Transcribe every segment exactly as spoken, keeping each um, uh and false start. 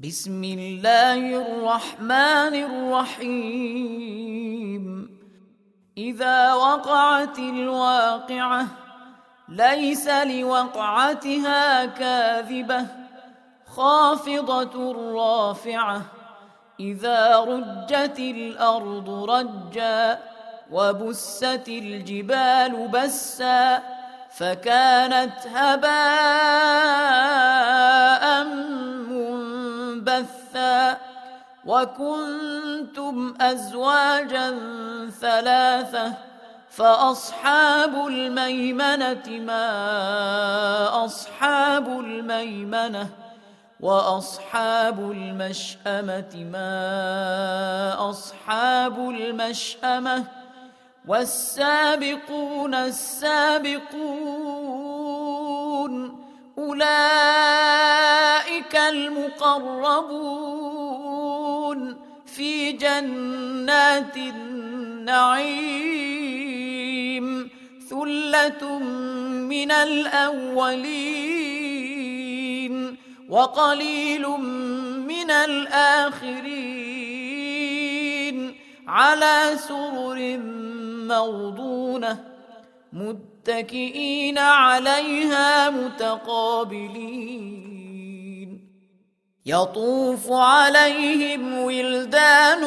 بسم الله الرحمن الرحيم. إذا وقعت الواقعة ليس لوقعتها كاذبة خافضة رافعة إذا رجت الأرض رجا وبست الجبال بسا فكانت هباء منبثا وكنتم أزواجا ثلاثة فأصحاب الميمنة ما أصحاب الميمنة وأصحاب المشأمة ما أصحاب المشأمة والسابقون السابقون أولئك المقربون في جنات النعيم ثلة من الأولين وقليل من الآخرين على سرر موضونة متكئين عليها متقابلين يطوف عليهم ولدان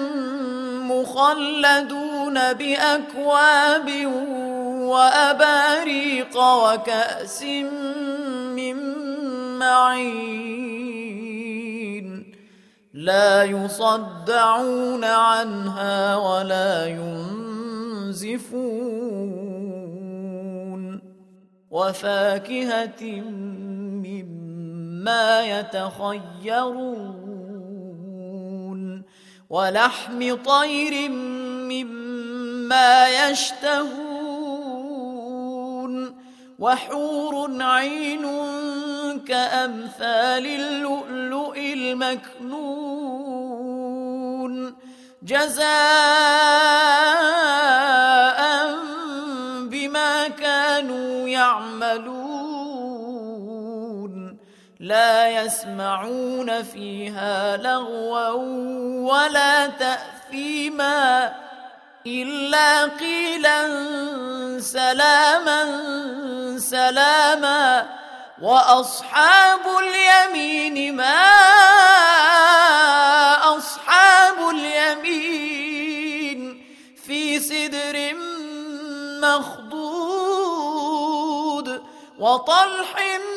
مخلدون بأكواب وأباريق وكأس من معين لا يصدعون عنها ولا ينزفون وفاكهة مما يتخيرون ولحم طير مما يشتهون وحور عين كأمثال اللؤلؤ المكنون جزاء بما كانوا يعملون لا يسمعون فيها لغوا ولا تأثيما إلا قيلا سلاما سلاما وأصحاب اليمين ما أصحاب اليمين في سدر مخضود وطلح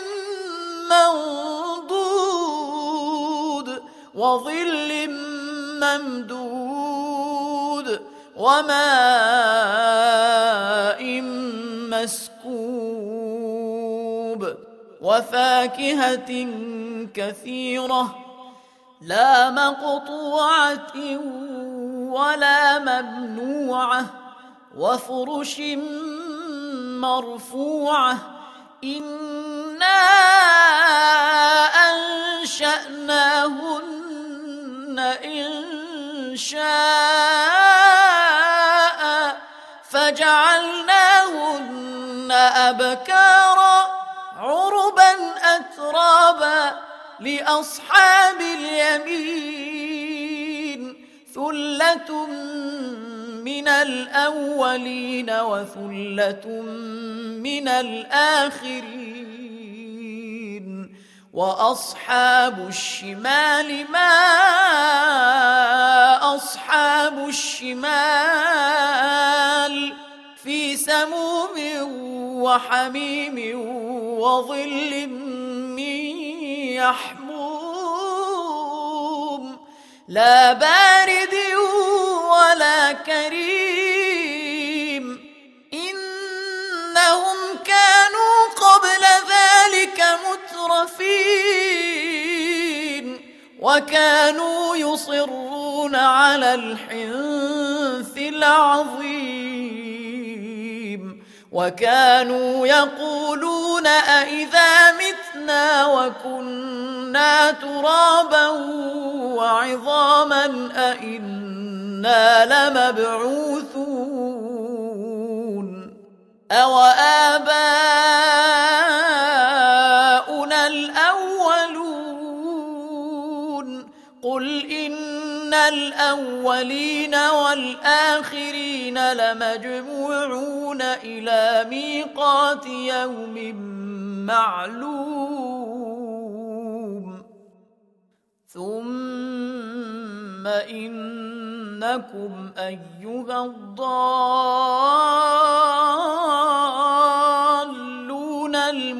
منضود وظل ممدود وماء مسكوب وفاكهة كثيرة لا مقطوعة ولا ممنوعة وفرش مرفوعة إنا أنشأناهن إن شاء فجعلناهن أبكارا عربا أترابا لأصحاب اليمين ثلة من الأولين وثلة من الآخرين وأصحاب الشمال ما أصحاب الشمال في سموم وحميم وظل من يحموم لا بارد ولا كريم إنهم كانوا قبل ذلك مترفين وكانوا يصرون على الحنث العظيم وكانوا يقولون أئذا متنا وكنا ترابا وعظاما أئنا لمبعوثون أو آباؤنا الأولون قل إن الأولين والآخرين لمجموعون إلى ميقات يوم معلوم ثم إنكم أيها الضالون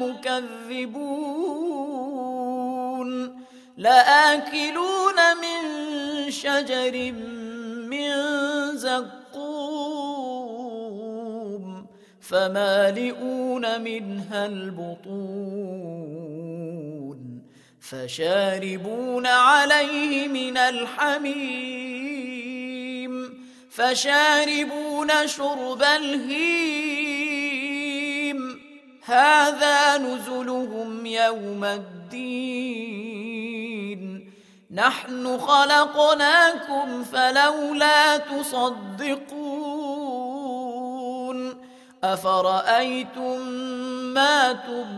المكذبون لآكلون من شجر من زقوم فمالئون منها البطون فشاربون عليه من الحميم فشاربون شرب الهيم هذا نزلهم يوم الدين نحن خلقناكم فلولا تصدقون أفرأيتم ما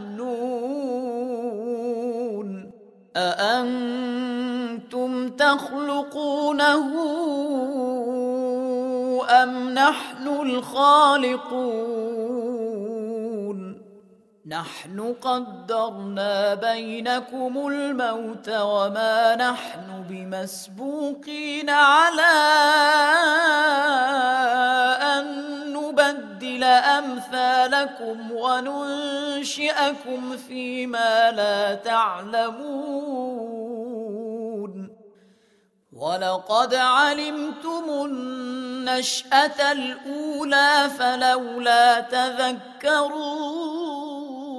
تمنون أأنتم تخلقونه أم نحن الخالقون نحن قدرنا بينكم الموت وما نحن بمسبوقين على أن نبدل أمثالكم وننشئكم فيما لا تعلمون ولقد علمتم النشأة الأولى فلولا تذكرون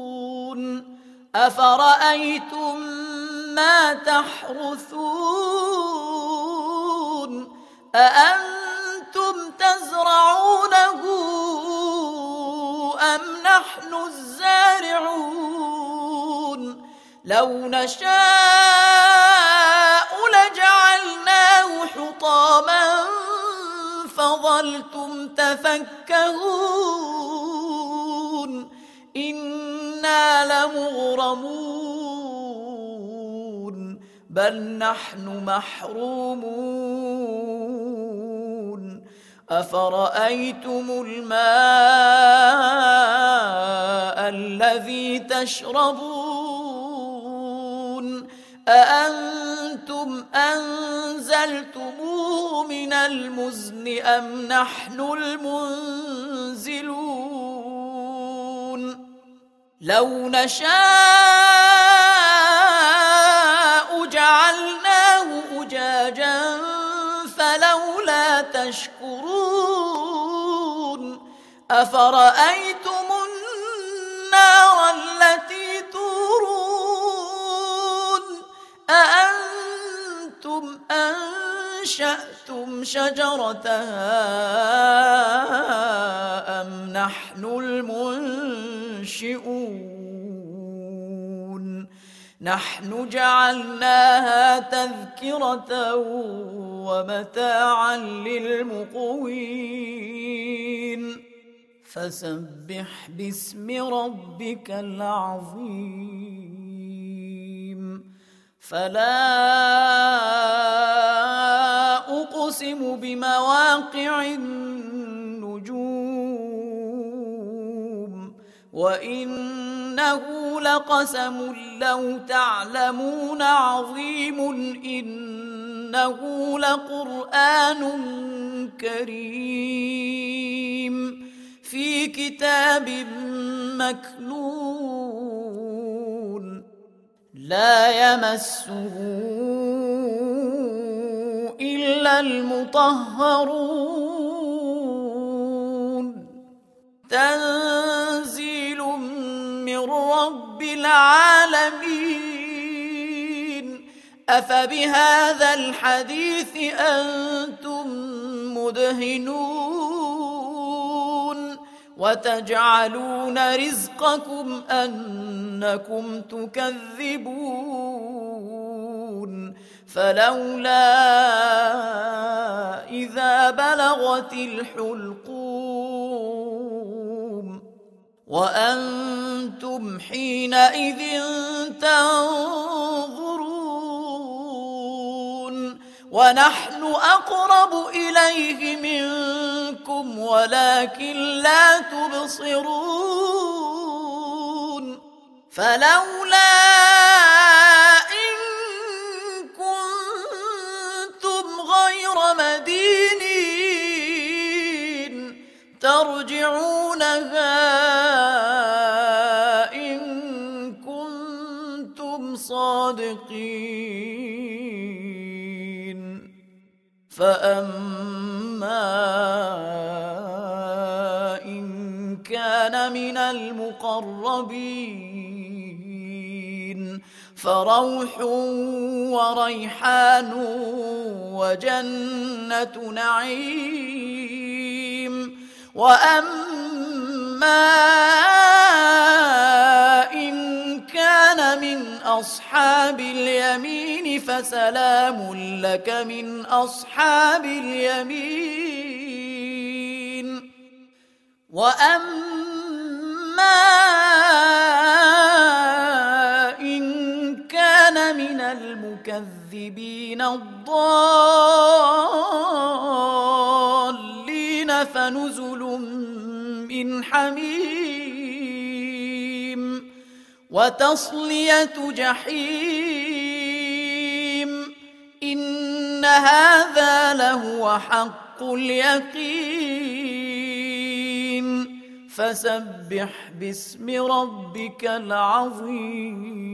أفرأيتم ما تحرثون أأنتم تزرعونه أم نحن الزارعون لو نشاء لجعلناه حطاما فظلتم تفكهون إنا لمغرمون بل نحن محرومون أفرأيتم الماء الذي تشربون أأنتم أنزلتموه من المزن أم نحن المنزلون لو نشاء جعلناه أجاجا فلولا تشكرون أفرأيتم النار التي تورون أأنتم أنشأتم شجرتها أم نحن المنشئون نحن جعلناها تذكرة ومتاعا للمقوين فسبح باسم ربك العظيم فلا أقسم بمواقع النجوم وإنه لقسم لو تعلمون عظيم إنه لقرآن كريم في كتاب مكنون لا يمسه إلا المطهرون تنزيل من رب العالمين أفبهذا الحديث أنتم مدهنون وتجعلون رزقكم أنكم تكذبون فلولا إذا بلغت الحلقوم وأنتم حينئذ تنظرون ونحن أقرب إليه منكم ولكن لا تبصرون فلولا إن كنتم غير مدينين ترجعونها إن كنتم صادقين فأما إن كان من المقربين فروح وريحان وجنة نعيم وأما إن كان من أصحاب اليمين فسلام لك من أصحاب اليمين وأما إن كان من المكذبين الضالين فنزل من حميم وتصلية جحيم إن هذا لهو حق اليقين فسبح باسم ربك العظيم.